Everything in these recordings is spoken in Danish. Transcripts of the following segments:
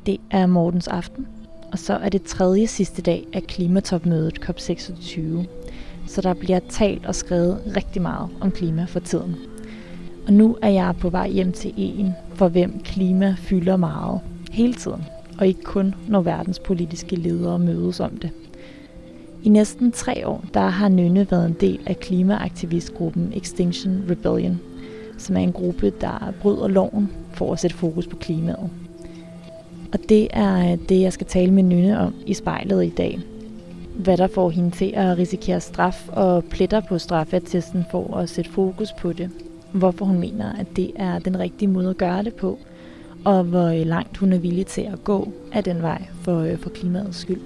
Det er Mortens aften, og så er det tredje sidste dag af klimatopmødet COP26. Så der bliver talt og skrevet rigtig meget om klima for tiden. Og nu er jeg på vej hjem til en, for hvem klima fylder meget hele tiden, og ikke kun når verdens politiske ledere mødes om det. I næsten 3 år, der har Nynne været en del af klimaaktivistgruppen Extinction Rebellion, som er en gruppe, der bryder loven for at sætte fokus på klimaet. Og det er det, jeg skal tale med Nynne om i spejlet i dag. Hvad der får hende til at risikere straf og pletter på straffeattesten for at sætte fokus på det. Hvorfor hun mener, at det er den rigtige måde at gøre det på. Og hvor langt hun er villig til at gå af den vej for klimaets skyld.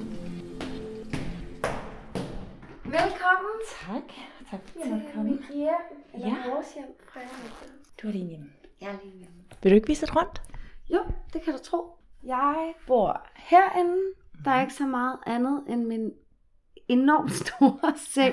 Velkommen. Tak. Tak fordi jeg måtte til komme. mit hjem, eller Ja. vores hjem, fra Du er lige hjemme. Jeg er lige hjemme. Vil du ikke vise et rundt? Jo, det kan du tro. Jeg bor herinde. Der er ikke så meget andet end min enormt store seng.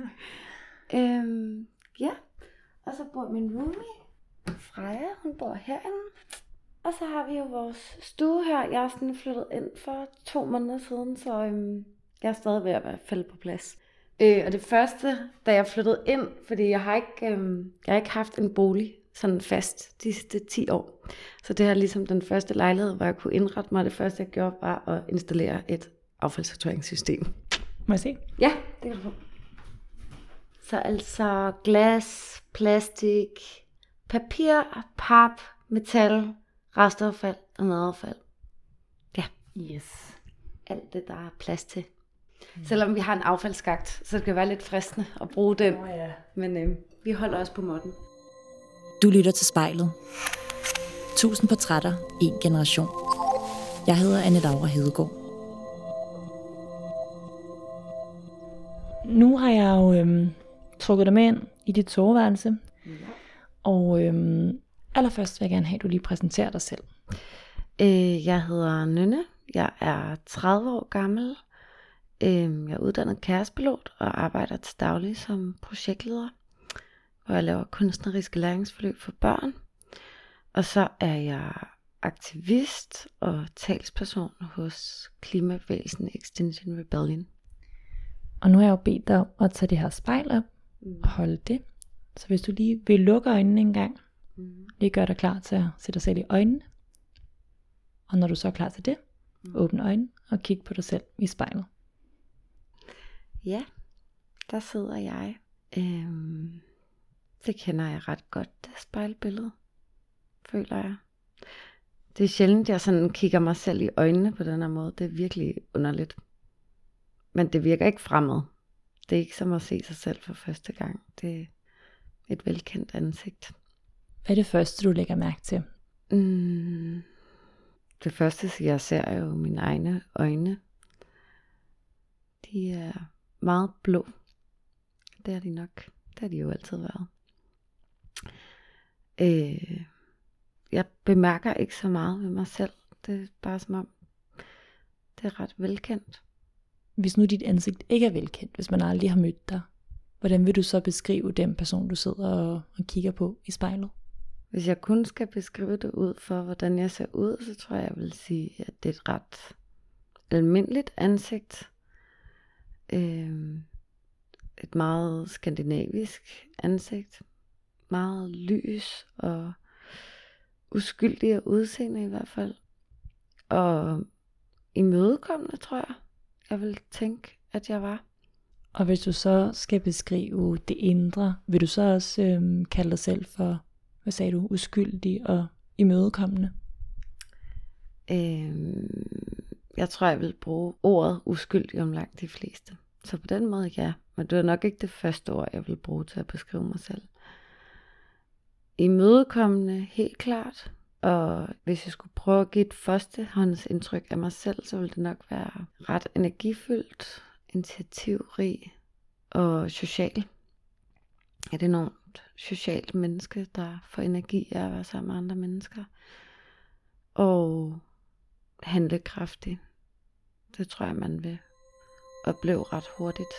Ja, og så bor min roomie, Freja, hun bor herinde. Og så har vi jo vores stue her. Jeg er sådan flyttet ind for 2 måneder siden, så jeg er stadig ved at falde på plads. Og det første, da jeg flyttede ind, fordi jeg har ikke haft en bolig sådan fast de sidste 10 år. Så det er ligesom den første lejlighed, hvor jeg kunne indrette mig. Det første, jeg gjorde, var at installere et affaldssorteringssystem. Må jeg se? Ja, det kan du få. Så altså glas, plastik, papir, pap, metal, restaffald og madaffald. Ja, Yes. alt det, der er plads til. Selvom vi har en affaldsskakt, så det kan være lidt fristende at bruge den. Ja. Men vi holder os på måtten. Du lytter til spejlet. 1000 portrætter, en generation. Jeg hedder Anne Laura Hedegaard. Nu har jeg jo trukket dig med ind i dit soveværelse. Ja. Og allerførst vil jeg gerne have, at du lige præsenterer dig selv. Jeg hedder Nynne. Jeg er 30 år gammel. Jeg er uddannet kærespilot og arbejder til daglig som projektleder, hvor jeg laver kunstneriske læringsforløb for børn. Og så er jeg aktivist og talsperson hos klimabevægelsen Extinction Rebellion. Og nu har jeg jo bedt dig om at tage det her spejl op og holde det. Så hvis du lige vil lukke øjnene en gang, lige gør dig klar til at sætte dig selv i øjnene. Og når du så er klar til det, åbne øjnene og kig på dig selv i spejlet. Ja, der sidder jeg. Det kender jeg ret godt, det spejlbillede, føler jeg. Det er sjældent, jeg sådan kigger mig selv i øjnene på den her måde. Det er virkelig underligt. Men det virker ikke fremmed. Det er ikke som at se sig selv for første gang. Det er et velkendt ansigt. Hvad er det første, du lægger mærke til? Det første, jeg ser, er jo mine egne øjne. De er meget blå. Det er de nok. Det har de jo altid været. Jeg bemærker ikke så meget ved mig selv. Det er bare som om, det er ret velkendt. Hvis nu dit ansigt ikke er velkendt, hvis man aldrig har mødt dig, hvordan vil du så beskrive den person, du sidder og kigger på i spejlet? Hvis jeg kun skal beskrive det ud for, hvordan jeg ser ud, så tror jeg vil sige, at det er et ret almindeligt ansigt. Et meget skandinavisk ansigt. Meget lys og uskyldig af udseende i hvert fald. Og imødekommende, tror jeg vil tænke, at jeg var. Og hvis du så skal beskrive det indre, vil du så også kalde dig selv for, hvad sagde du, uskyldig og imødekommende? Jeg tror, jeg vil bruge ordet uskyldig om langt de fleste. Så på den måde, ja. Men det er nok ikke det første ord, jeg vil bruge til at beskrive mig selv. Imødekommende, helt klart. Og hvis jeg skulle prøve at give et førstehåndsindtryk af mig selv, så ville det nok være ret energifyldt, initiativrig og social. Et enormt socialt menneske, der får energi af at være sammen med andre mennesker. Og handlekraftig. Det tror jeg, man vil opleve ret hurtigt.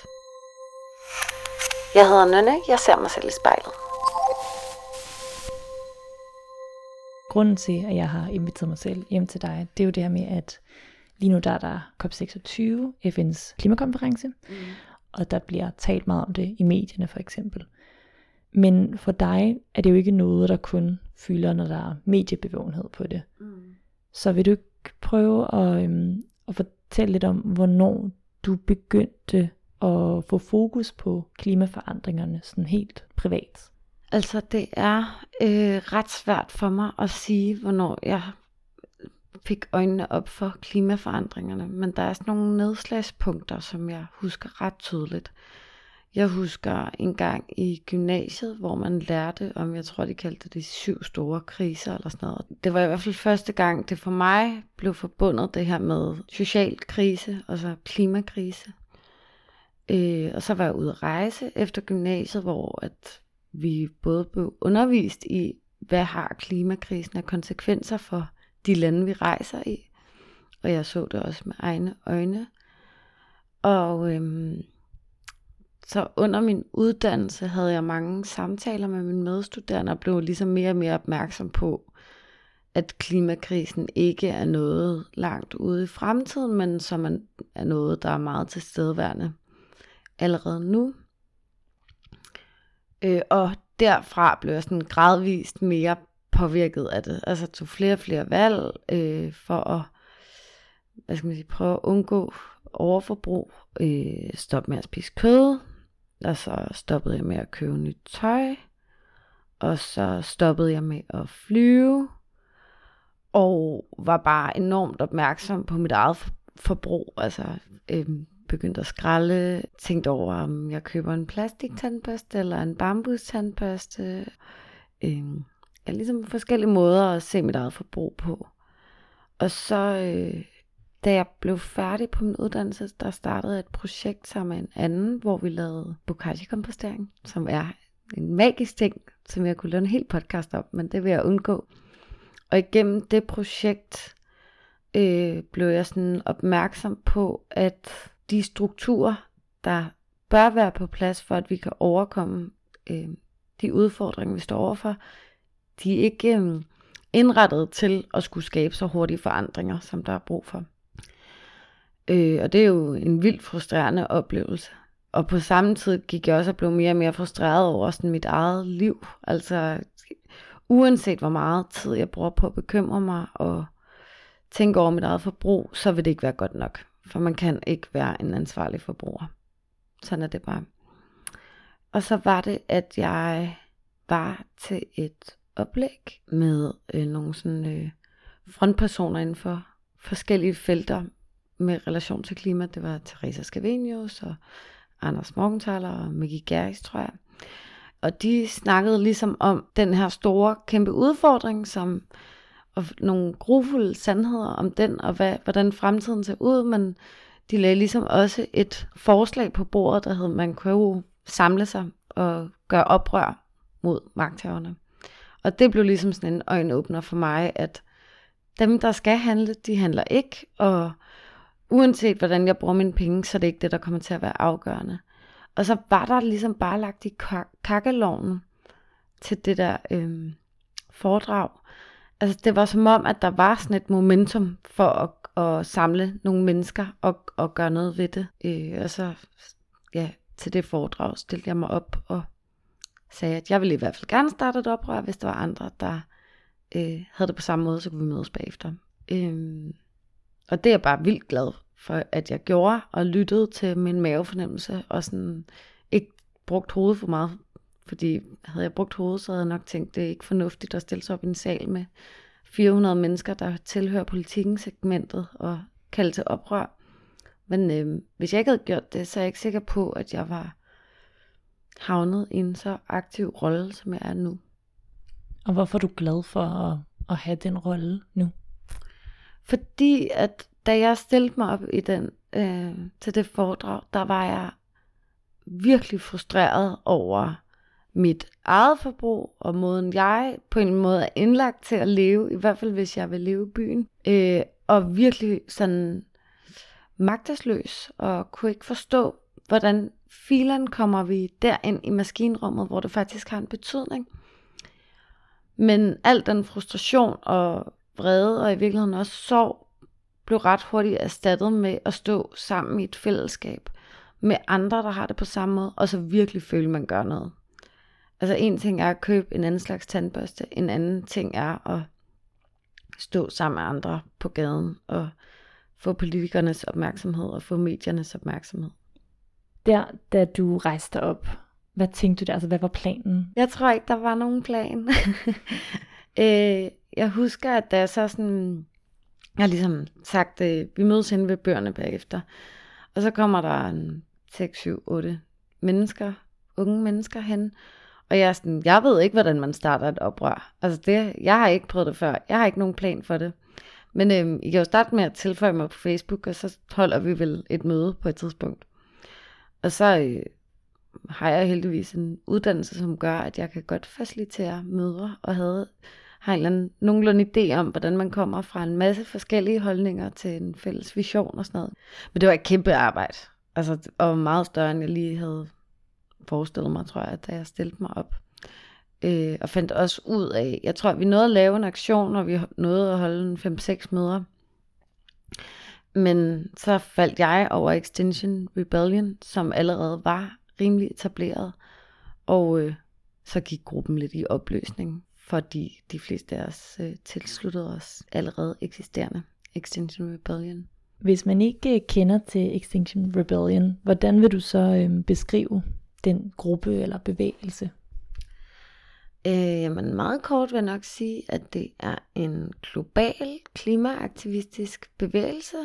Jeg hedder Nynne. Jeg ser mig selv i spejlet. Grunden til, at jeg har inviteret mig selv hjem til dig, det er jo det her med, at lige nu der er der COP26, FN's klimakonference, og der bliver talt meget om det i medierne for eksempel. Men for dig er det jo ikke noget, der kun fylder, når der er mediebevågenhed på det. Så vil du ikke prøve at fortælle lidt om, hvornår du begyndte at få fokus på klimaforandringerne sådan helt privat? Altså det er ret svært for mig at sige, hvornår jeg fik øjnene op for klimaforandringerne. Men der er sådan nogle nedslagspunkter, som jeg husker ret tydeligt. Jeg husker en gang i gymnasiet, hvor man lærte om, jeg tror de kaldte det de 7 store kriser eller sådan noget. Det var i hvert fald første gang, det for mig blev forbundet det her med social krise og så klimakrise. Og så var jeg ude at rejse efter gymnasiet, hvor at vi både blev undervist i, hvad har klimakrisen af konsekvenser for de lande, vi rejser i. Og jeg så det også med egne øjne. Og så under min uddannelse havde jeg mange samtaler med mine medstuderende, og blev ligesom mere og mere opmærksom på, at klimakrisen ikke er noget langt ude i fremtiden, men som er noget, der er meget tilstedeværende allerede nu. Og derfra blev jeg sådan gradvist mere påvirket af det. Altså tog flere og flere valg for at prøve at undgå overforbrug. Stoppe med at spise kød. Og så stoppede jeg med at købe nyt tøj. Og så stoppede jeg med at flyve. Og var bare enormt opmærksom på mit eget forbrug. Altså begyndte at skralde. Tænkte over, om jeg køber en plastiktandbørste eller en bambustandbørste. Ligesom forskellige måder at se mit eget forbrug på. Og så da jeg blev færdig på min uddannelse, der startede et projekt sammen med en anden, hvor vi lavede bokashi-kompostering, som er en magisk ting, som jeg kunne lave en hel podcast om, men det vil jeg undgå. Og igennem det projekt blev jeg sådan opmærksom på, at de strukturer, der bør være på plads for, at vi kan overkomme de udfordringer, vi står overfor, de er ikke indrettet til at skulle skabe så hurtige forandringer, som der er brug for. Og det er jo en vildt frustrerende oplevelse. Og på samme tid gik jeg også og blev mere og mere frustreret over sådan mit eget liv. Altså uanset hvor meget tid jeg bruger på at bekymre mig og tænke over mit eget forbrug, så vil det ikke være godt nok. For man kan ikke være en ansvarlig forbruger. Sådan er det bare. Og så var det, at jeg var til et oplæg med nogle sådan frontpersoner inden for forskellige felter med relation til klima. Det var Teresa Scavenius og Anders Morgenthaler og Mikkel Gjerris, tror jeg. Og de snakkede ligesom om den her store, kæmpe udfordring, og nogle grufulde sandheder om den, og hvordan fremtiden ser ud, men de lagde ligesom også et forslag på bordet, der hed, man kunne jo samle sig og gøre oprør mod magthaverne. Og det blev ligesom sådan en øjenåbner for mig, at dem, der skal handle, de handler ikke, og uanset hvordan jeg bruger mine penge, så er det ikke det, der kommer til at være afgørende. Og så var der ligesom bare lagt i kakkelovnen til det der foredrag. Altså det var som om, at der var sådan et momentum for at samle nogle mennesker og gøre noget ved det. Og så til det foredrag stillede jeg mig op og sagde, at jeg ville i hvert fald gerne starte et oprør, hvis der var andre, der havde det på samme måde, så kunne vi mødes bagefter. Og det er jeg bare vildt glad for, at jeg gjorde, og lyttede til min mavefornemmelse, og sådan ikke brugt hovedet for meget. Fordi havde jeg brugt hovedet, så havde jeg nok tænkt, det er ikke fornuftigt at stille sig op i en sal med 400 mennesker, der tilhører politikken segmentet og kalde til oprør. Men hvis jeg ikke havde gjort det, så er jeg ikke sikker på, at jeg var havnet i en så aktiv rolle, som jeg er nu. Og hvorfor er du glad for at have den rolle nu? Fordi at da jeg stillede mig op i til det foredrag, der var jeg virkelig frustreret over mit eget forbrug, og måden jeg på en måde er indlagt til at leve, i hvert fald hvis jeg vil leve i byen, og virkelig sådan magtesløs, og kunne ikke forstå, hvordan filen kommer vi derind i maskinrummet, hvor det faktisk har en betydning. Men al den frustration og vrede, og i virkeligheden også sorg, blev ret hurtigt erstattet med at stå sammen i et fællesskab med andre, der har det på samme måde, og så virkelig føle, at man gør noget. Altså en ting er at købe en anden slags tandbørste, en anden ting er at stå sammen med andre på gaden og få politikernes opmærksomhed og få mediernes opmærksomhed. Der, da du rejste op, hvad tænkte du der? Altså, hvad var planen? Jeg tror ikke, der var nogen plan. Jeg husker, at da jeg så sådan, jeg har ligesom sagt, vi mødes inde ved bøgerne bagefter, og så kommer der 6, 7, 8 mennesker, unge mennesker hen, og jeg er sådan, jeg ved ikke, hvordan man starter et oprør. Altså jeg har ikke prøvet det før, jeg har ikke nogen plan for det. Men I kan jo starte med at tilføje mig på Facebook, og så holder vi vel et møde på et tidspunkt. Og så har jeg heldigvis en uddannelse, som gør, at jeg kan godt facilitere møder, og har en eller anden nogenlunde idé om, hvordan man kommer fra en masse forskellige holdninger til en fælles vision og sådan noget. Men det var et kæmpe arbejde, altså, og meget større, end jeg lige havde forestillet mig, tror jeg, da jeg stillede mig op. Og fandt også ud af, jeg tror, vi nåede at lave en aktion, og vi nåede at holde 5-6 møder. Men så faldt jeg over Extinction Rebellion, som allerede var rimelig etableret, og så gik gruppen lidt i opløsning, fordi de fleste af os tilsluttede os allerede eksisterende Extinction Rebellion. Hvis man ikke kender til Extinction Rebellion, hvordan vil du så beskrive den gruppe eller bevægelse? Jamen meget kort vil jeg nok sige, at det er en global klimaaktivistisk bevægelse,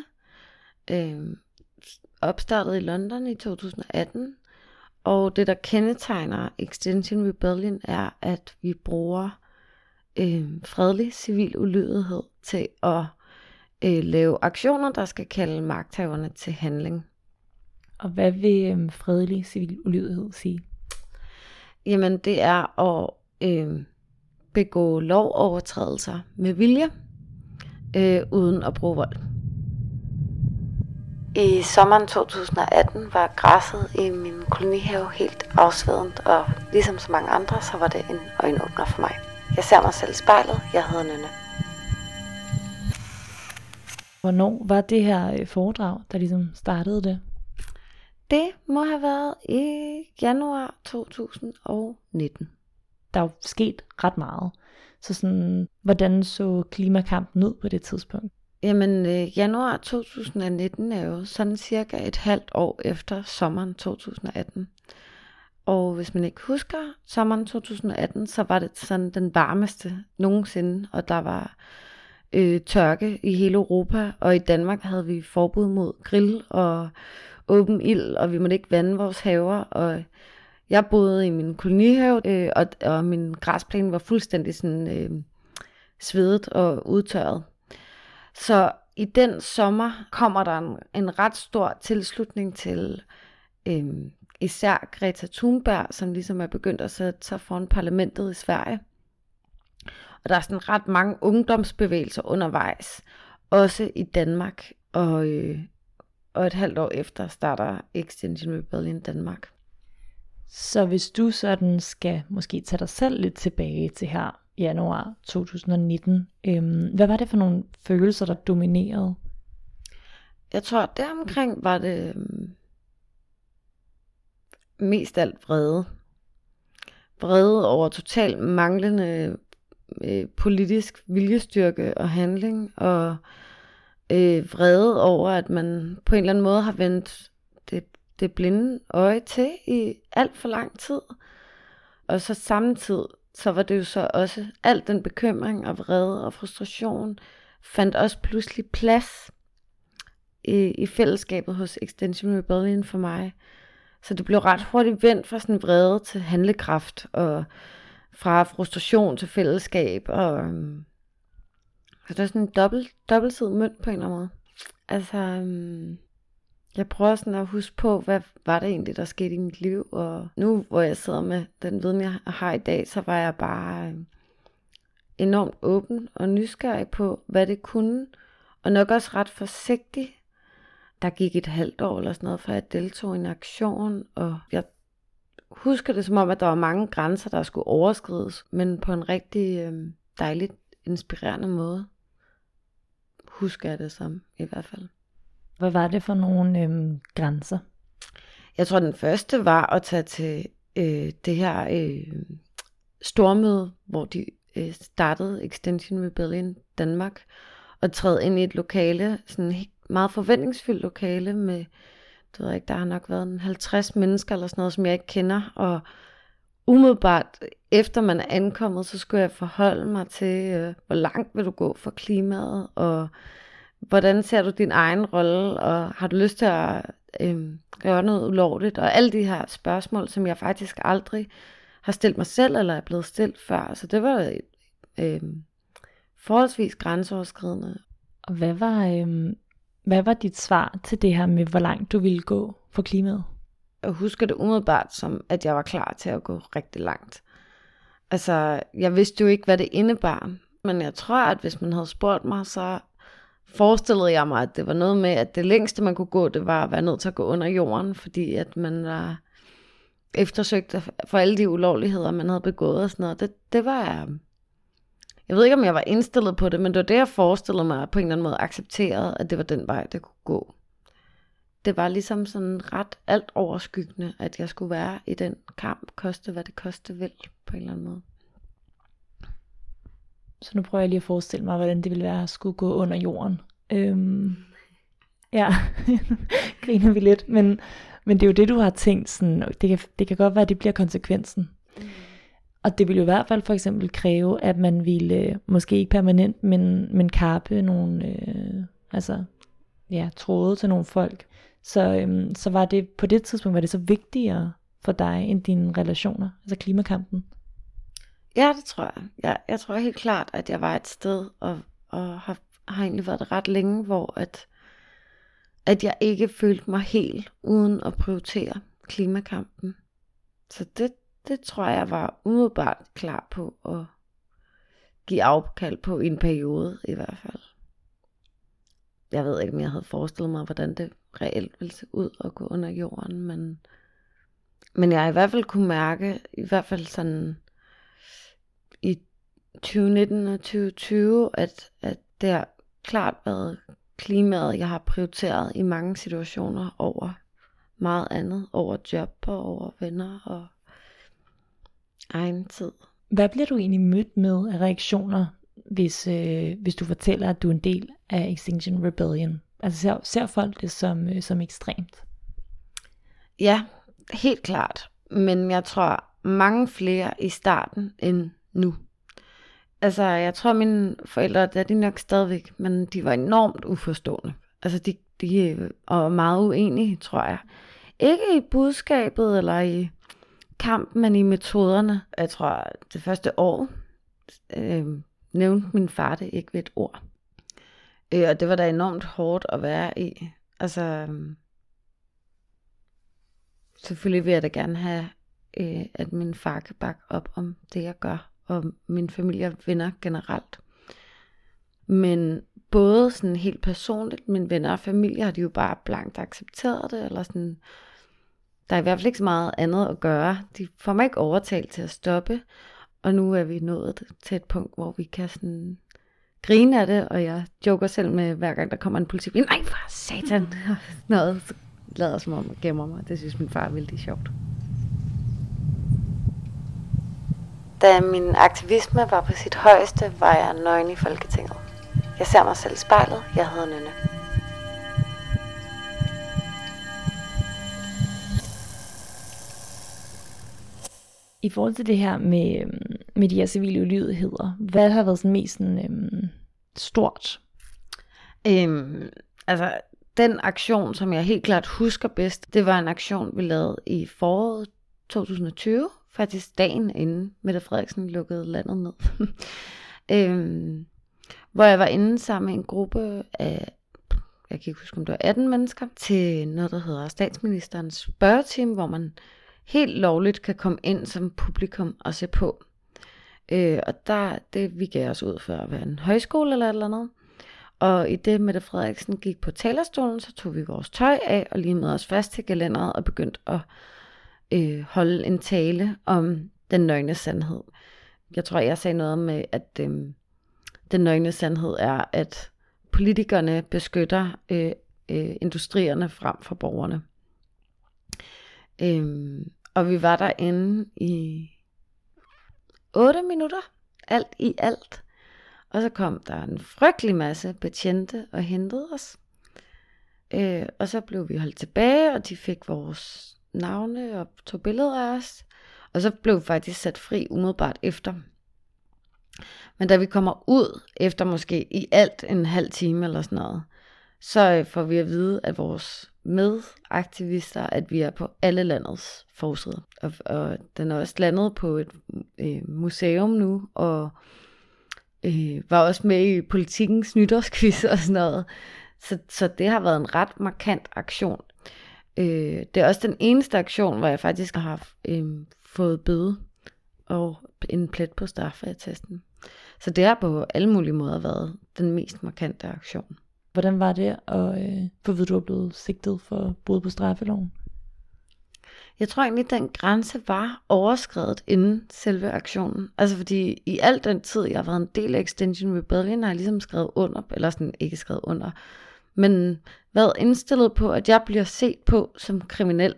opstartet i London i 2018, og det der kendetegner Extinction Rebellion er, at vi bruger fredelig civil ulydighed til at lave aktioner, der skal kalde magthaverne til handling. Og hvad vil fredelig civil ulydighed sige? Jamen det er at begå lovovertrædelser med vilje, uden at bruge vold. I sommeren 2018 var græsset i min kolonihave helt afsvedent, og ligesom så mange andre, så var det en øjenåbner for mig. Jeg ser mig selv i spejlet. Jeg hedder Nynne. Hvornår var det her foredrag, der ligesom startede det? Det må have været i januar 2019. Der er jo sket ret meget. Så sådan, hvordan så klimakampen ud på det tidspunkt? Jamen, januar 2019 er jo sådan cirka et halvt år efter sommeren 2018. Og hvis man ikke husker sommeren 2018, så var det sådan den varmeste nogensinde, og der var tørke i hele Europa, og i Danmark havde vi forbud mod grill og åben ild, og vi måtte ikke vande vores haver, og jeg boede i min kolonihave, og min græsplæne var fuldstændig sådan svedet og udtørret. Så i den sommer kommer der en ret stor tilslutning til især Greta Thunberg, som ligesom er begyndt at sætte sig foran parlamentet i Sverige. Og der er sådan ret mange ungdomsbevægelser undervejs, også i Danmark, og et halvt år efter starter Extinction Rebellion Danmark. Så hvis du sådan skal måske tage dig selv lidt tilbage til her januar 2019, hvad var det for nogle følelser, der dominerede? Jeg tror, deromkring var det mest alt vrede. Vrede over totalt manglende politisk viljestyrke og handling, og vrede over, at man på en eller anden måde har vendt det blinde øje til i alt for lang tid. Og så samtidig, så var det jo så også, al den bekymring og vrede og frustration, fandt også pludselig plads i fællesskabet hos Extinction Rebellion for mig. Så det blev ret hurtigt vendt fra sådan vrede til handlekraft, og fra frustration til fællesskab, og så det er sådan en dobbeltsidig mønt på en eller anden måde. Altså, jeg prøver sådan at huske på, hvad var det egentlig, der skete i mit liv, og nu, hvor jeg sidder med den viden, jeg har i dag, så var jeg bare enormt åben og nysgerrig på, hvad det kunne, og nok også ret forsigtig. Der gik et halvt år eller sådan noget, før jeg deltog i en aktion, og jeg husker det som om, at der var mange grænser, der skulle overskrides, men på en rigtig dejligt inspirerende måde. Husker jeg det som, i hvert fald. Hvad var det for nogle grænser? Jeg tror, den første var at tage til det her stormøde, hvor de startede Extinction Rebellion Danmark, og træde ind i et lokale, sådan et meget forventningsfyldt lokale med, det ved jeg ikke, der har nok været 50 mennesker eller sådan noget, som jeg ikke kender, og umiddelbart efter man er ankommet, så skulle jeg forholde mig til, hvor langt vil du gå for klimaet, og hvordan ser du din egen rolle, og har du lyst til at gøre noget ulovligt, og alle de her spørgsmål, som jeg faktisk aldrig har stillet mig selv, eller er blevet stillet før. Så det var forholdsvis grænseoverskridende. Og hvad var dit svar til det her med, hvor langt du ville gå for klimaet? Jeg husker det umiddelbart som, at jeg var klar til at gå rigtig langt. Altså, jeg vidste jo ikke, hvad det indebar. Men jeg tror, at hvis man havde spurgt mig, så forestillede jeg mig, at det var noget med, at det længste man kunne gå, det var at være nødt til at gå under jorden, fordi at man var eftersøgt for alle de ulovligheder, man havde begået og sådan noget. Det var, jeg ved ikke, om jeg var indstillet på det, men det var det, jeg forestillede mig, på en eller anden måde accepterede, at det var den vej, det kunne gå. Det var ligesom sådan ret alt overskyggende, at jeg skulle være i den kamp, koste hvad det koste vil, på en eller anden måde. Så nu prøver jeg lige at forestille mig, hvordan det ville være at skulle gå under jorden. Ja, griner vi lidt, men det er jo det, du har tænkt, sådan, det kan godt være, at det bliver konsekvensen. Og det vil jo i hvert fald for eksempel kræve, at man ville, måske ikke permanent, men kappe nogle, tråde til nogle folk. Så var det på det tidspunkt, var det så vigtigere for dig end dine relationer, altså klimakampen? Ja, det tror jeg. Jeg tror helt klart, at jeg var et sted, og har egentlig været det ret længe, hvor at jeg ikke følte mig helt uden at prioritere klimakampen. Så det tror jeg var umiddelbart klar på at give afkald på i en periode i hvert fald. Jeg ved ikke, om jeg havde forestillet mig, hvordan det reelt ville se ud at gå under jorden, men jeg i hvert fald kunne mærke, i hvert fald sådan i 2019 og 2020, at det har klart været klimaet, jeg har prioriteret i mange situationer over meget andet, over job og over venner og egen tid. Hvad bliver du egentlig mødt med af reaktioner, hvis du fortæller, at du er en del af Extinction Rebellion? Altså ser folk det som ekstremt? Ja, helt klart. Men jeg tror mange flere i starten end nu. Altså, jeg tror mine forældre, der er de nok stadigvæk, men de var enormt uforstående. Altså, de var meget uenige, tror jeg. Ikke i budskabet eller i kampen, men i metoderne. Jeg tror, det første år nævnte min far det ikke ved et ord. Og det var da enormt hårdt at være i. Altså, selvfølgelig vil jeg da gerne have, at min far kan bakke op om det, jeg gør, og min familie og venner generelt. Men både sådan helt personligt, mine venner og familie har de jo bare blankt accepteret det, eller sådan, der er i hvert fald ikke så meget andet at gøre. De får mig ikke overtalt til at stoppe, og nu er vi nået til et punkt, hvor vi kan sådan grine af det, og jeg joker selv med, hver gang der kommer en politibil. Nej, for satan! Noget, så lader som om jeg gemmer mig. Det synes min far er vældig sjovt. Da min aktivisme var på sit højeste, var jeg nøgen i Folketinget. Jeg ser mig selv i spejlet. Jeg hedder Nynne. I forhold til det her med de her civile ulydigheder, hvad har været sådan mest stort? Altså, den aktion, som jeg helt klart husker bedst, det var en aktion, vi lavede i foråret 2020, faktisk dagen inden Mette Frederiksen lukkede landet ned. Hvor jeg var inde sammen med en gruppe af, jeg kan ikke huske, om det var 18 mennesker, til noget, der hedder statsministerens spørgeteam, hvor man helt lovligt kan komme ind som publikum og se på. Og vi gav os ud for at være en højskole eller et eller andet. Og i det Mette Frederiksen gik på talerstolen, så tog vi vores tøj af og limede os fast til gelænderet og begyndte at holde en tale om den nøgne sandhed. Jeg tror, jeg sagde noget med, at den nøgne sandhed er, at politikerne beskytter industrierne frem for borgerne. Og vi var derinde i 8 minutter, alt i alt. Og så kom der en frygtelig masse betjente og hentede os. Og så blev vi holdt tilbage, og de fik vores navne og tog billeder af os. Og så blev vi faktisk sat fri umiddelbart efter. Men da vi kommer ud efter måske i alt en halv time eller sådan noget, så får vi at vide, at vores medaktivister, at vi er på alle landets forsider. Og den er også landet på et museum nu, og var også med i Politikens nytårsquiz og sådan noget. Så det har været en ret markant aktion. Det er også den eneste aktion, hvor jeg faktisk har fået bøde og en plet på straffeattesten. Så det har på alle mulige måder været den mest markante aktion. Hvordan var det at få at du er blevet sigtet for brud på straffeloven? Jeg tror egentlig, at den grænse var overskredet inden selve aktionen. Altså fordi i al den tid, jeg har været en del af Extinction Rebellion, har jeg ligesom skrevet under, eller sådan ikke skrevet under, men været indstillet på, at jeg bliver set på som kriminel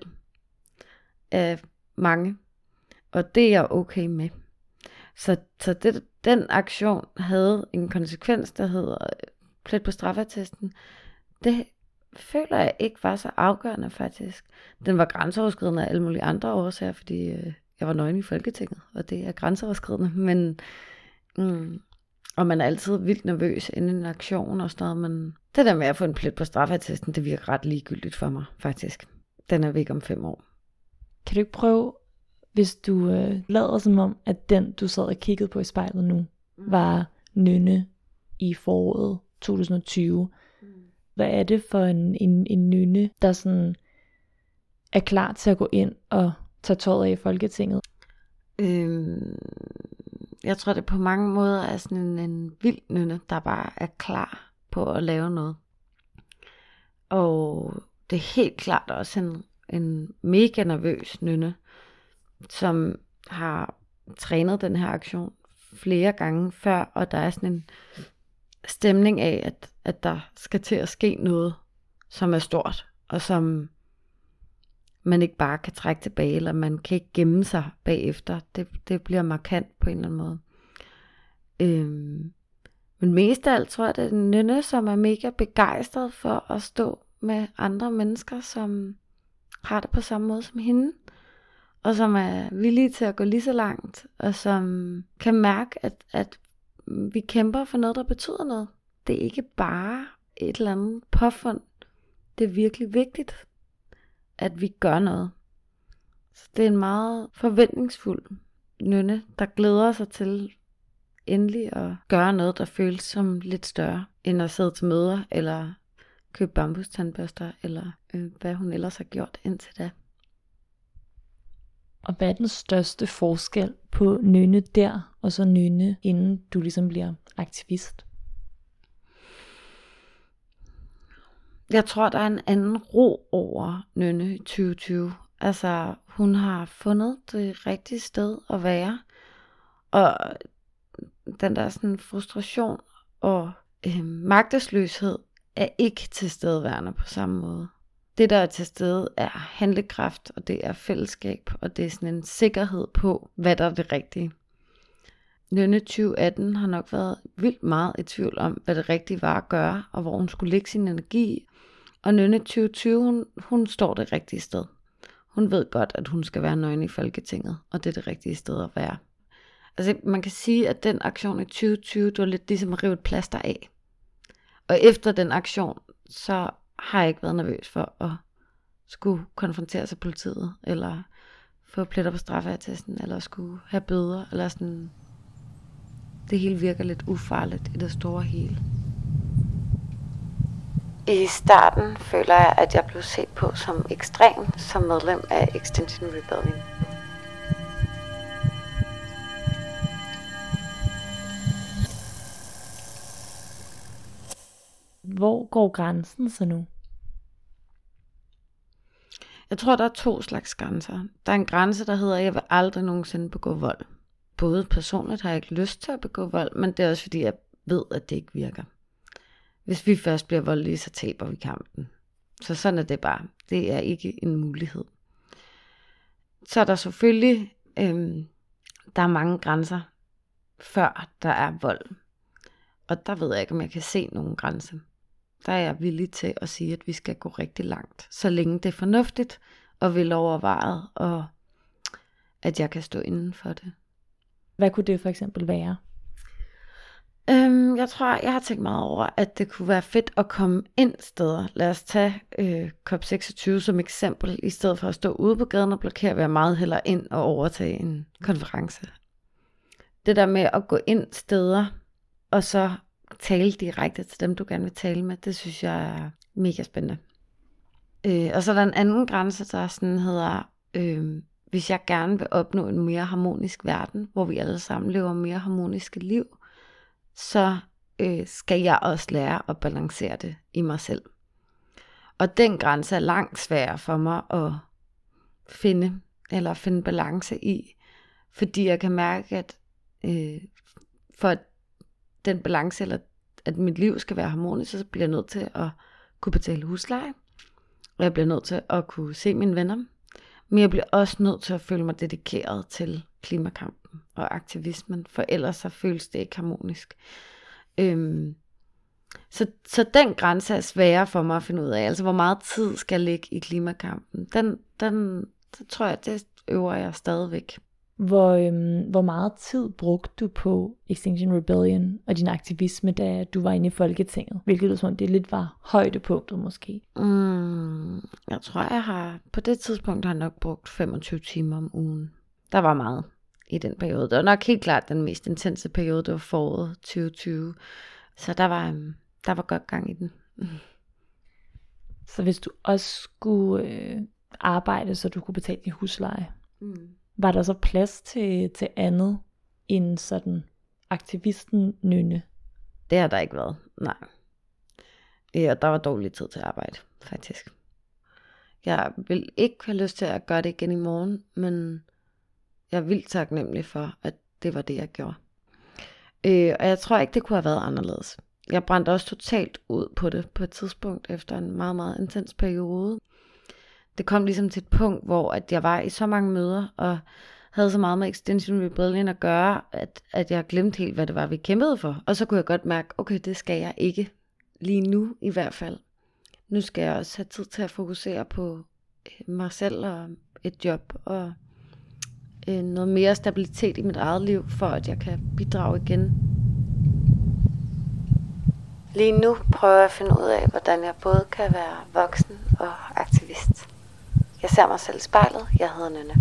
af mange. Og det er jeg okay med. Så den aktion havde en konsekvens, der hedder plet på straffeattesten. Det føler jeg ikke var så afgørende faktisk. Den var grænseoverskridende af alle mulige andre årsager, fordi jeg var nøgen i Folketinget, og det er grænseoverskridende. Men, og man er altid vildt nervøs inden en aktion og sådan noget, men det der med at få en plet på straffeattesten, det virker ret ligegyldigt for mig faktisk. Den er væk om 5 år. Kan du ikke prøve, hvis du lader som om, at den du sad og kiggede på i spejlet nu, var Nynne i foråret 2020. Hvad er det for en nynne, der sådan er klar til at gå ind og tage tøjet af i Folketinget? Jeg tror, det på mange måder er sådan en vild nynne, der bare er klar på at lave noget. Og det er helt klart også en mega nervøs nynne, som har trænet den her aktion flere gange før, og der er sådan en stemning af, at der skal til at ske noget, som er stort, og som man ikke bare kan trække tilbage, eller man kan ikke gemme sig bagefter. Det bliver markant på en eller anden måde. Men mest af alt tror jeg, det er en nynne, som er mega begejstret for at stå med andre mennesker, som har det på samme måde som hende, og som er villige til at gå lige så langt, og som kan mærke, at vi kæmper for noget, der betyder noget. Det er ikke bare et eller andet påfund. Det er virkelig vigtigt, at vi gør noget. Så det er en meget forventningsfuld nynne, der glæder sig til endelig at gøre noget, der føles som lidt større, end at sidde til møder, eller købe bambustandbørster, eller hvad hun ellers har gjort indtil da. Og hvad er den største forskel på nynne der, og så nynne, inden du ligesom bliver aktivist? Jeg tror, der er en anden ro over nynne i 2020. Altså, hun har fundet det rigtige sted at være. Og den der sådan frustration og magtesløshed er ikke tilstedeværende på samme måde. Det, der er til stede, er handlekraft, og det er fællesskab, og det er sådan en sikkerhed på, hvad der er det rigtige. Nynne 2018 har nok været vildt meget i tvivl om, hvad det rigtige var at gøre, og hvor hun skulle lægge sin energi. Og Nynne 2020, hun står det rigtige sted. Hun ved godt, at hun skal være nøgen i Folketinget, og det er det rigtige sted at være. Altså, man kan sige, at den aktion i 2020, det var lidt ligesom at rive et plaster af. Og efter den aktion, så har jeg ikke været nervøs for at skulle konfrontere sig politiet, eller få pletter på straffeattesten, eller skulle have bøder, eller sådan. Det hele virker lidt ufarligt i det store hele. I starten føler jeg, at jeg blev set på som ekstrem, som medlem af Extinction Rebellion. Hvor går grænsen så nu? Jeg tror, der er 2 slags grænser. Der er en grænse, der hedder, at jeg vil aldrig nogensinde begå vold. Både personligt har jeg ikke lyst til at begå vold, men det er også fordi, jeg ved, at det ikke virker. Hvis vi først bliver voldelige, så taber vi kampen. Så sådan er det bare. Det er ikke en mulighed. Så er der selvfølgelig, der er mange grænser, før der er vold. Og der ved jeg ikke, om jeg kan se nogen grænse. Der er jeg villig til at sige, at vi skal gå rigtig langt. Så længe det er fornuftigt og velovervejet, og at jeg kan stå inden for det. Hvad kunne det for eksempel være? Jeg tror, jeg har tænkt meget over, at det kunne være fedt at komme ind steder. Lad os tage COP26 som eksempel. I stedet for at stå ude på gaden og blokere, vil jeg meget hellere ind og overtage en konference. Det der med at gå ind steder, og så tale direkte til dem, du gerne vil tale med, det synes jeg er mega spændende. Og så er der en anden grænse, der sådan hedder, hvis jeg gerne vil opnå en mere harmonisk verden, hvor vi alle sammen lever mere harmoniske liv, så skal jeg også lære at balancere det i mig selv. Og den grænse er langt sværere for mig at finde balance i, fordi jeg kan mærke, at for at den balance, eller at mit liv skal være harmonisk, så bliver jeg nødt til at kunne betale husleje, og jeg bliver nødt til at kunne se mine venner, men jeg bliver også nødt til at føle mig dedikeret til klimakampen og aktivismen, for ellers så føles det ikke harmonisk. Så den grænse er sværere for mig at finde ud af, altså hvor meget tid skal ligge i klimakampen. Den så tror jeg, det øver jeg stadigvæk. Hvor meget tid brugte du på Extinction Rebellion og din aktivisme, da du var inde i Folketinget? Hvilket du sådan, det lidt var højdepunktet måske? Jeg tror, på det tidspunkt har jeg nok brugt 25 timer om ugen. Der var meget i den periode. Det var nok helt klart den mest intense periode, det var foråret 2020. Så der var godt gang i den. Så hvis du også skulle arbejde, så du kunne betale din husleje, var der så plads til andet end sådan aktivisten nynne? Det har der ikke været, nej. Ja, der var dårlig tid til at arbejde, faktisk. Jeg vil ikke have lyst til at gøre det igen i morgen, men jeg er vildt taknemmelig for, at det var det, jeg gjorde. Og jeg tror ikke, det kunne have været anderledes. Jeg brændte også totalt ud på det på et tidspunkt efter en meget, meget intens periode. Det kom ligesom til et punkt, hvor at jeg var i så mange møder, og havde så meget med Extinction Rebellion at gøre, at jeg glemte helt, hvad det var, vi kæmpede for. Og så kunne jeg godt mærke, okay, det skal jeg ikke lige nu i hvert fald. Nu skal jeg også have tid til at fokusere på mig selv og et job og noget mere stabilitet i mit eget liv, for at jeg kan bidrage igen. Lige nu prøver jeg at finde ud af, hvordan jeg både kan være voksen og aktivist. Jeg ser mig selv i spejlet. Jeg hedder Nynne.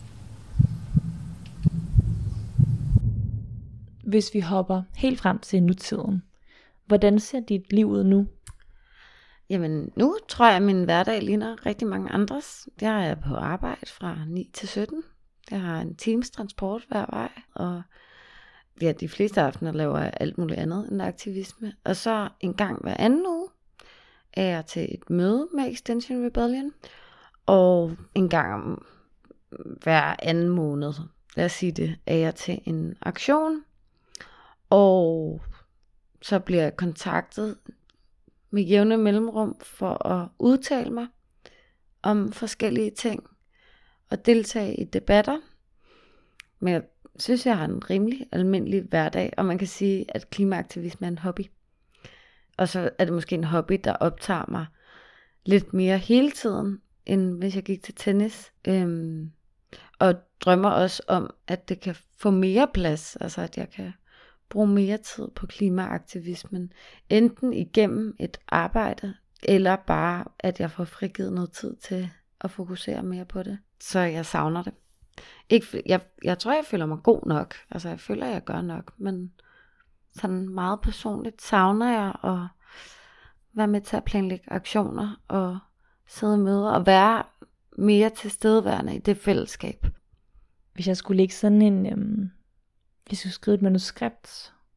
Hvis vi hopper helt frem til nutiden, hvordan ser dit liv ud nu? Jamen, nu tror jeg, at min hverdag ligner rigtig mange andres. Jeg er på arbejde fra 9 til 17. Jeg har en times transport hver vej, og ja, de fleste aftener laver jeg alt muligt andet end aktivisme. Og så en gang hver anden uge er jeg til et møde med Extinction Rebellion, og en gang hver anden måned, lad os sige det, er jeg til en aktion, og så bliver jeg kontaktet med jævne mellemrum for at udtale mig om forskellige ting og deltage i debatter. Men jeg synes, jeg har en rimelig almindelig hverdag, og man kan sige, at klimaaktivisme er en hobby. Og så er det måske en hobby, der optager mig lidt mere hele tiden, end hvis jeg gik til tennis. Og drømmer også om, at det kan få mere plads, altså at jeg kan bruge mere tid på klimaaktivismen, enten igennem et arbejde, eller bare, at jeg får frigivet noget tid til at fokusere mere på det. Så jeg savner det. Jeg tror, jeg føler mig god nok. Altså, jeg føler, jeg gør nok. Men sådan meget personligt savner jeg at være med til at planlægge aktioner og sidde i møder og være mere tilstedeværende i det fællesskab. Hvis jeg skulle lægge sådan en... hvis jeg skulle skrive et manuskript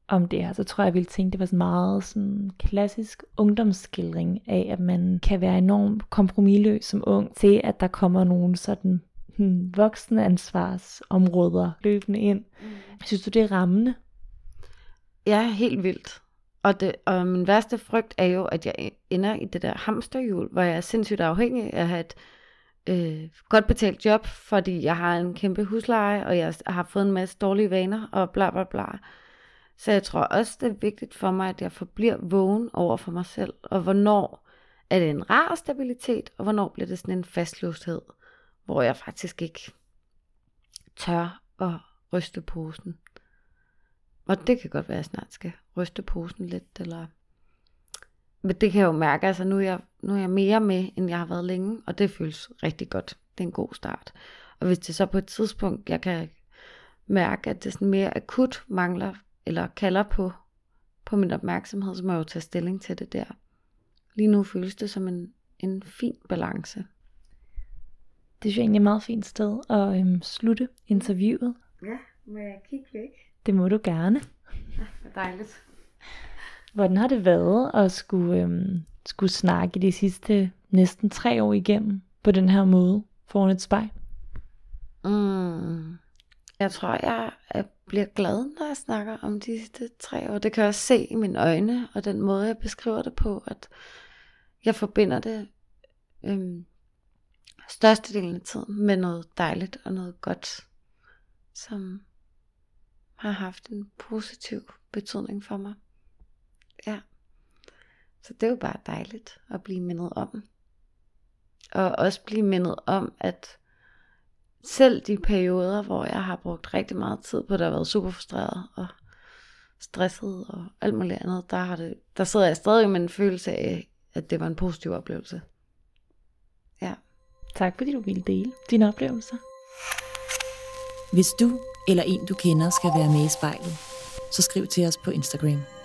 om det her, så tror jeg ville tænke, det var sådan meget sådan klassisk ungdomsskildring af, at man kan være enormt kompromisløs som ung, til at der kommer nogle sådan voksne ansvarsområder løbende ind. Synes du, det er rammende? Ja, helt vildt. Og min værste frygt er jo, at jeg ender i det der hamsterhjul, hvor jeg er sindssygt afhængig af at have et godt betalt job, fordi jeg har en kæmpe husleje, og jeg har fået en masse dårlige vaner, og bla bla bla. Så jeg tror også, det er vigtigt for mig, at jeg forbliver vågen over for mig selv, og hvornår er det en rar stabilitet, og hvornår bliver det sådan en fastlåsthed, hvor jeg faktisk ikke tør at ryste posen. Og det kan godt være, at jeg snart skal ryste posen lidt, eller... Men det kan jeg jo mærke, altså nu er jeg mere med, end jeg har været længe, og det føles rigtig godt. Det er en god start. Og hvis det så på et tidspunkt, jeg kan mærke, at det sådan mere akut mangler, eller kalder på min opmærksomhed, så må jeg jo tage stilling til det der. Lige nu føles det som en fin balance. Det synes jeg egentlig er et meget fint sted at slutte interviewet. Ja, må jeg kigge væk? Det må du gerne. Ja, det er dejligt. Hvordan har det været at skulle snakke de sidste næsten 3 år igennem på den her måde foran et spejl? Jeg tror, jeg bliver glad, når jeg snakker om de sidste 3 år. Det kan jeg også se i mine øjne, og den måde, jeg beskriver det på, at jeg forbinder det størstedelen af tiden med noget dejligt og noget godt, som har haft en positiv betydning for mig. Ja. Så det er jo bare dejligt at blive mindet om. Og også blive mindet om, at selv de perioder, hvor jeg har brugt rigtig meget tid på, at jeg har været super frustreret og stresset og alt muligt andet, der sidder jeg stadig med en følelse af, at det var en positiv oplevelse. Ja. Tak fordi du ville dele dine oplevelser. Hvis du eller en du kender skal være med i spejlet, så skriv til os på Instagram.